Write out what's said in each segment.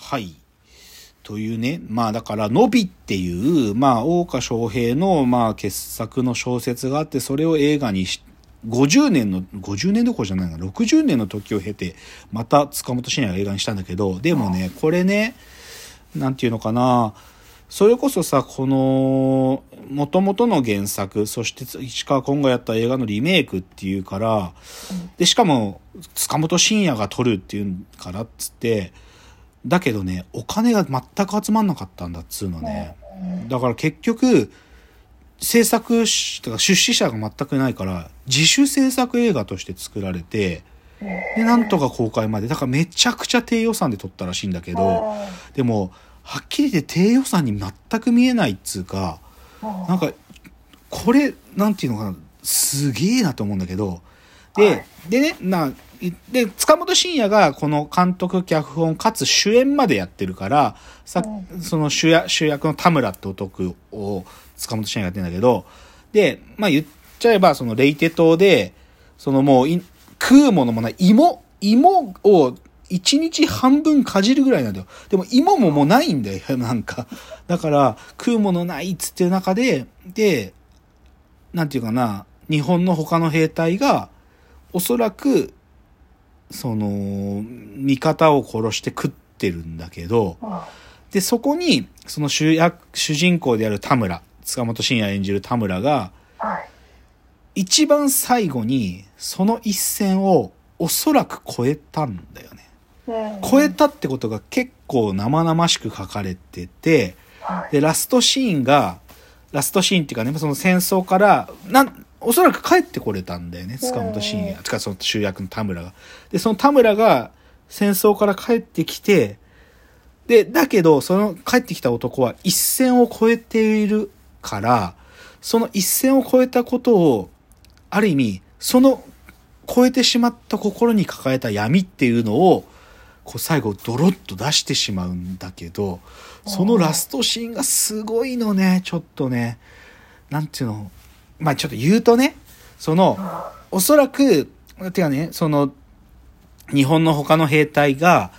はい。というね、まあだから、のびっていう、まあ、大岡昇平の、まあ、傑作の小説があって、それを映画にし、50年どころじゃないな、60年の時を経て、また塚本慎也が映画にしたんだけど、でもね、これね、なんていうのかな、それこそさ、この、元々の原作、そして市川崑がやった映画のリメイクっていうから、で、しかも、塚本慎也が撮るっていうからっつって、だけどね、お金が全く集まんなかったんだっつうのね。だから結局、制作とか出資者が全くないから、自主制作映画として作られて、で、なんとか公開まで。だからめちゃくちゃ低予算で撮ったらしいんだけど、でも、はっきり言って低予算に全く見えないっつうか、なんか、これ、なんていうのかな、すげえなと思うんだけど、でね、で、塚本慎也がこの監督、脚本、かつ主演までやってるから、その主役の田村って男を塚本慎也がやってるんだけど、で、まあ言っちゃえば、そのレイテ島で、そのもう食うものもない芋を一日半分かじるぐらいなんだよ。でも芋ももうないんだよ、なんか。だから、食うものないっつってる中で、なんていうかな、日本の他の兵隊が、おそらく、その、味方を殺して食ってるんだけど、で、そこに、その主人公である田村、塚本慎也演じる田村が、一番最後に、その一線をおそらく超えたんだよね。超えたってことが結構生々しく書かれてて、で、ラストシーンっていうかね、その戦争から、おそらく帰ってこれたんだよね、塚本慎也。つか、その主役の田村が。で、その田村が戦争から帰ってきて、で、だけど、その帰ってきた男は一線を越えているから、その一線を越えたことを、ある意味、その越えてしまった心に抱えた闇っていうのを、こう最後ドロッと出してしまうんだけど、そのラストシーンがすごいのね、ちょっとね、なんていうの、まあちょっと言うとね、おそらく、てかね、日本の他の兵隊が、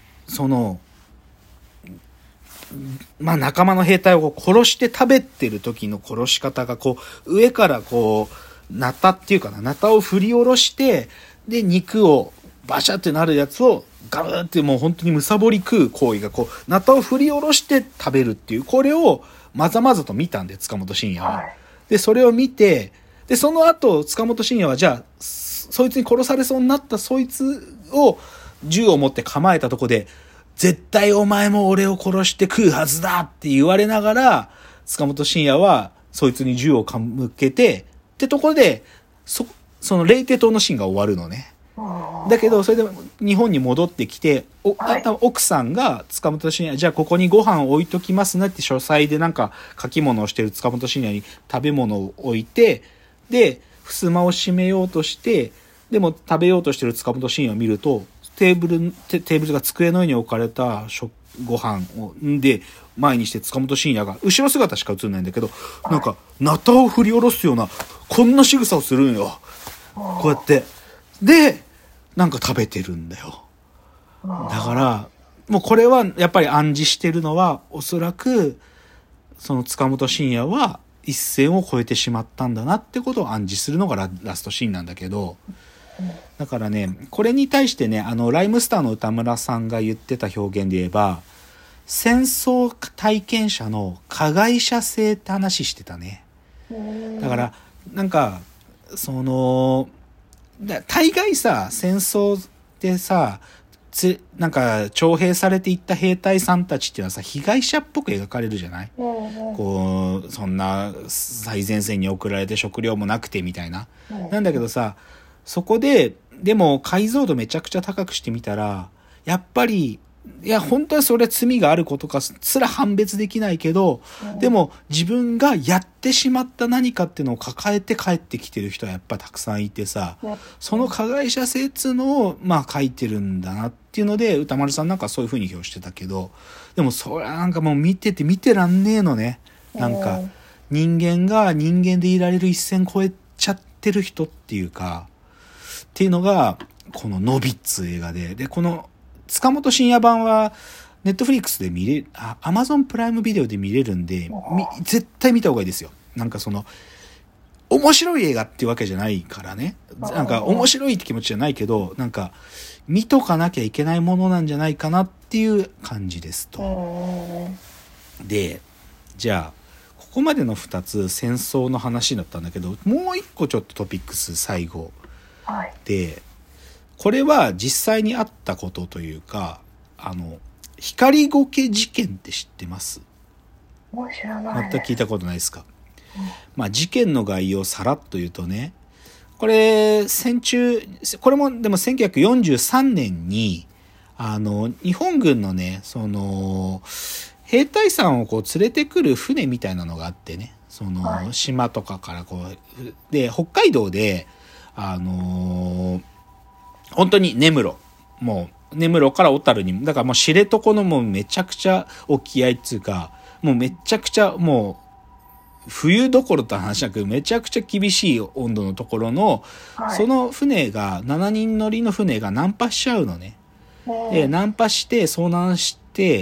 まあ仲間の兵隊を殺して食べてる時の殺し方が、上からナタっていうかな、ナタを振り下ろして、で、肉をバシャってなるやつを、ガブーってもう本当にむさぼり食う行為が、ナタを振り下ろして食べるっていう、これをまざまざと見たんで、塚本慎也は。で、それを見て、で、その後、塚本慎也は、じゃあ、そいつに殺されそうになったそいつを、銃を持って構えたとこで、絶対お前も俺を殺して食うはずだって言われながら、塚本慎也は、そいつに銃を向けて、ってところで、そのレイテ島のシーンが終わるのね。だけど、それで日本に戻ってきて、奥さんが塚本慎也、じゃあここにご飯を置いときますねって書斎でなんか書き物をしてる塚本慎也に食べ物を置いて、で、襖を閉めようとして、でも食べようとしてる塚本慎也を見ると、テーブルが机の上に置かれたご飯を、で、前にして塚本慎也が、後ろ姿しか映んないんだけど、なんか、ナタを振り下ろすような、こんな仕草をするんよ。こうやって。で、なんか食べてるんだよ。だから、もうこれはやっぱり暗示してるのは、おそらく、その塚本慎也は一線を越えてしまったんだなってことを暗示するのがラストシーンなんだけど、だからね、これに対してね、ライムスターの歌村さんが言ってた表現で言えば、戦争体験者の加害者性って話してたね。だから、なんか、大概さ、戦争ってさ、なんか徴兵されていった兵隊さんたちっていうのはさ、被害者っぽく描かれるじゃない？そんな最前線に送られて食料もなくてみたいな。なんだけどさ、そこで、でも解像度めちゃくちゃ高くしてみたら、やっぱり、いや、本当はそれは罪があることかすら判別できないけど、でも自分がやってしまった何かっていうのを抱えて帰ってきてる人はやっぱたくさんいてさ、その加害者性っていうのを、まあ書いてるんだなっていうので、歌丸さんなんかそういう風に表してたけど、でもそれはなんかもう見てらんねえのね。なんか、人間が人間でいられる一線超えちゃってる人っていうか、っていうのが、こののびっつ映画で、この、塚本慎也版は、 ネットフリックスで見れる、アマゾンプライムビデオで見れるんで、絶対見た方がいいですよ。なんかその、面白い映画っていうわけじゃないからね。なんか面白いって気持ちじゃないけど、なんか見とかなきゃいけないものなんじゃないかなっていう感じですと。で、じゃあ、ここまでの2つ戦争の話だったんだけど、もう1個ちょっとトピックス最後。 はい、 で、これは実際にあったことというか、光苔事件って知ってます？ もう知らない。 全く聞いたことないですか？まあ事件の概要をさらっと言うとね、これこれもでも1943年に、日本軍のね、その、兵隊さんをこう連れてくる船みたいなのがあってね、その、島とかからこう、で、北海道で、本当に根室、もう根室から小樽に、だからもう知床のもうめちゃくちゃ沖合っていうか、もうめちゃくちゃもう冬どころって話じゃなくめちゃくちゃ厳しい温度のところの、その船が7人乗りの船が難破しちゃうのね。で難破して遭難して、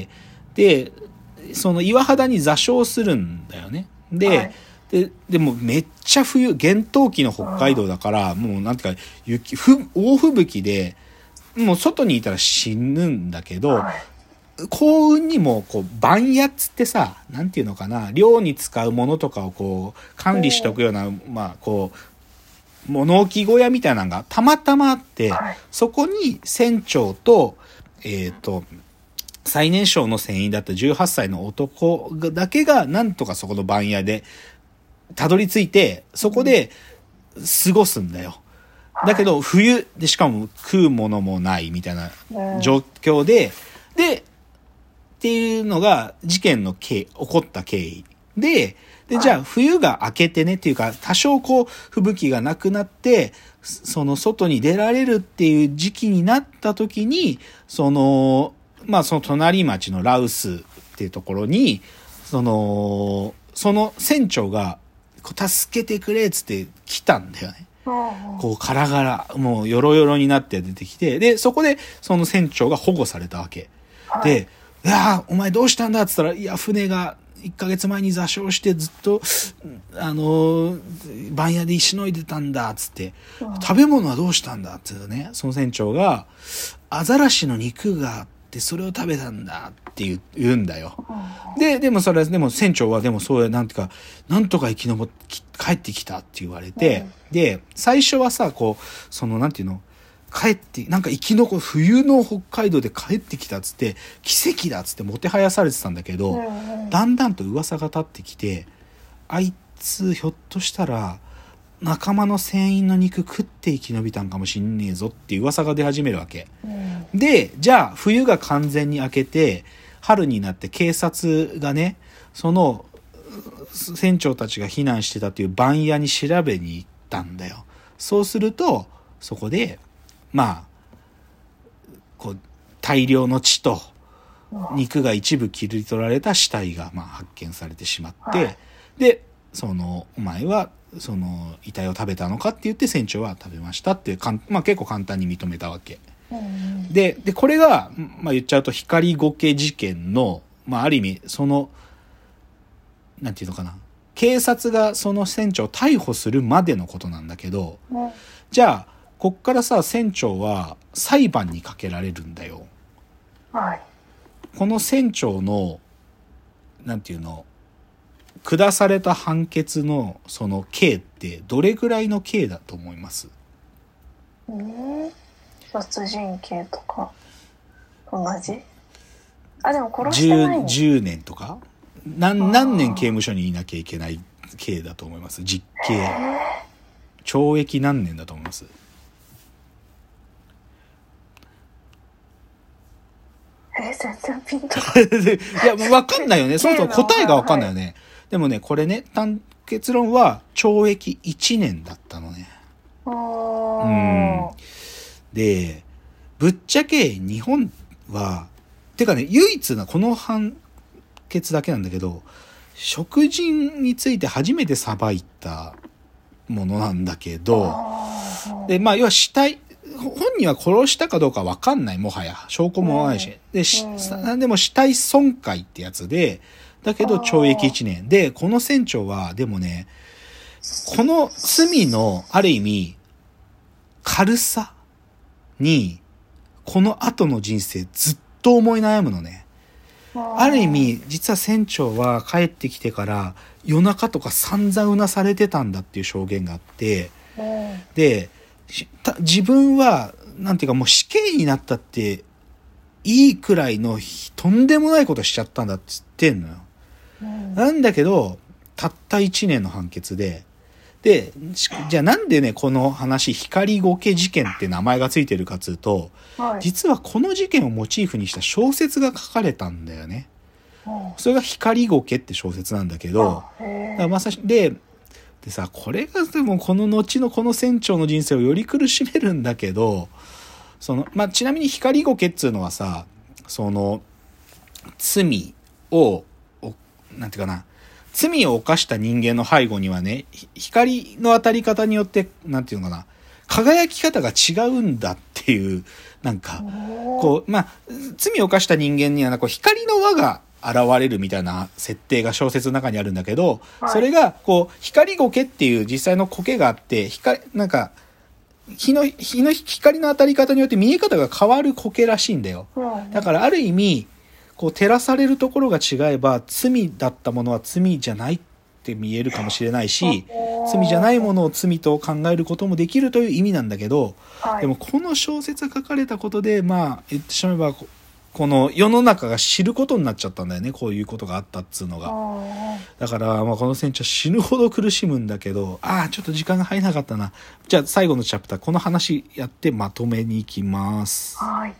でその岩肌に座礁するんだよね。でもめっちゃ冬、厳冬期の北海道だから、もうなんていうか大吹雪でもう外にいたら死ぬんだけど、幸運にもこう番屋っつってさ、なんていうのかな、漁に使うものとかをこう管理しとくような、まあこう物置小屋みたいなのがたまたまあって、そこに船長と最年少の船員だった18歳の男だけがなんとかそこの番屋でたどり着いて、そこで過ごすんだよ。だけど冬で、しかも食うものもないみたいな状況で、っていうのが事件の起こった経緯で、じゃあ冬が明けてねっていうか、多少こう吹雪がなくなってその外に出られるっていう時期になった時に、その隣町の羅臼っていうところにその船長が助けてくれっつって来たんだよね。こうカラガラ、もうヨロヨロになって出てきて、でそこでその船長が保護されたわけで、いやお前どうしたんだっつったら、いや船が1ヶ月前に座礁してずっと番屋でしのいでたんだっつって、食べ物はどうしたんだっつってね、その船長がアザラシの肉があってそれを食べたんだって言うんだよ。でも船長はでもそうや、なんていうか、なんとか生き延って帰ってきたって言われて、で最初はさ、こうそのなんていうの、帰ってなんか生き残る、冬の北海道で帰ってきたっつって奇跡だっつってもてはやされてたんだけど、だんだんと噂が立ってきて、あいつひょっとしたら仲間の船員の肉食って生き延びたんかもしんねえぞっていう噂が出始めるわけ、でじゃあ冬が完全に明けて春になって警察がね、その船長たちが避難してたという番屋に調べに行ったんだよ。そうするとそこでこう大量の血と肉が一部切り取られた死体が発見されてしまって、でお前はその遺体を食べたのかって言って、船長は食べましたって結構簡単に認めたわけ、でこれが、言っちゃうと光苔事件の、ある意味そのなんていうのかな、警察がその船長を逮捕するまでのことなんだけど、じゃあこっからさ、船長は裁判にかけられるんだよ。この船長のなんていうの、下された判決のその刑ってどれぐらいの刑だと思います？ 殺人刑とか同じ？でも殺してないの 10年とか何年刑務所にいなきゃいけない刑だと思います？実刑、懲役何年だと思います？ 全然ピンとこない。 いや分かんないよね。そうそう、答えが分かんないよね。でもね、これね、結論は懲役1年だったのね。でぶっちゃけ日本はてかね、唯一なこの判決だけなんだけど、食人について初めて裁いたものなんだけど、で要は死体、 本人は殺したかどうかわかんない、もはや。証拠もないし。で、でも死体損壊ってやつで、だけど懲役1年。で、この船長は、でもね、この罪の、ある意味、軽さに、この後の人生ずっと思い悩むのね。ある意味、実は船長は帰ってきてから夜中とか散々うなされてたんだっていう証言があって、で、自分は、なんていうかもう死刑になったっていいくらいのとんでもないことしちゃったんだって言ってんのよ。なんだけど、たった1年の判決で、じゃあなんでね、この話、光苔事件って名前がついてるかつうと、実はこの事件をモチーフにした小説が書かれたんだよね。それが光苔って小説なんだけど、だからまさし、でさ、これがでもこの後のこの船長の人生をより苦しめるんだけど、ちなみに光苔っつうのはさ、罪を、なんていうかな、罪を犯した人間の背後にはね、光の当たり方によって、なんていうのかな、輝き方が違うんだっていう、なんか、罪を犯した人間には光の輪が現れるみたいな設定が小説の中にあるんだけど、それが、光苔っていう実際の苔があって、日の光の当たり方によって見え方が変わる苔らしいんだよ。だからある意味、照らされるところが違えば、罪だったものは罪じゃないって見えるかもしれないし、罪じゃないものを罪と考えることもできるという意味なんだけど、でもこの小説が書かれたことで、言ってしまえば、この世の中が知ることになっちゃったんだよね。こういうことがあったっつうのが。だから、この船長死ぬほど苦しむんだけど、ちょっと時間が入らなかったな。じゃあ最後のチャプター、この話やってまとめに行きます。 はい。